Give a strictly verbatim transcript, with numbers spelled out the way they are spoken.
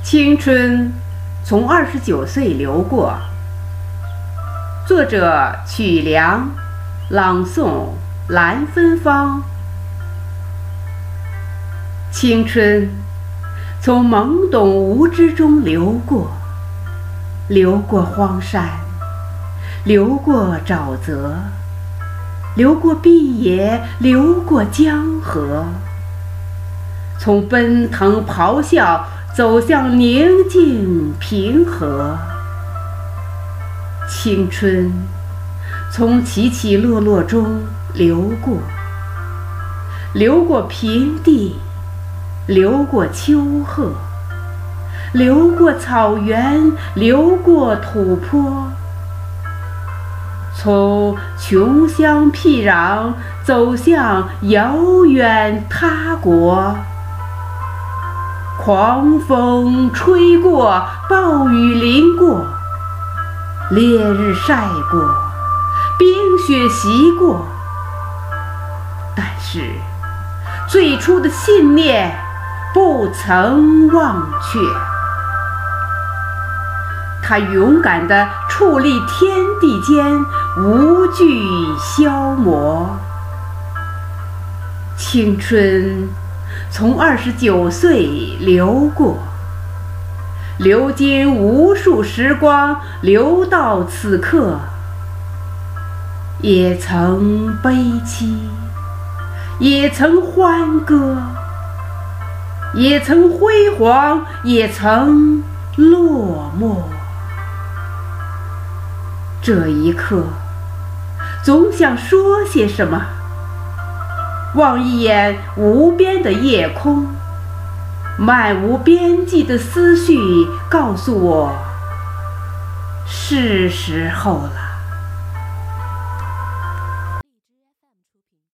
青春从二十九岁流过。作者曲梁，朗诵蓝芬芳。青春从懵懂无知中流过，流过荒山，流过沼泽，流过碧野，流过江河，从奔腾咆哮走向宁静平和。青春从起起落落中流过，流过平地，流过丘壑，流过草原，流过土坡，从穷乡僻壤走向遥远他国。狂风吹过，暴雨淋过，烈日晒过，冰雪袭过，但是最初的信念不曾忘却。他勇敢地矗立天地间，无惧消磨。青春从二十九岁流过，流经无数时光，流到此刻，也曾悲戚，也曾欢歌，也曾辉煌，也曾落寞。这一刻，总想说些什么，望一眼无边的夜空，漫无边际的思绪告诉我，是时候了。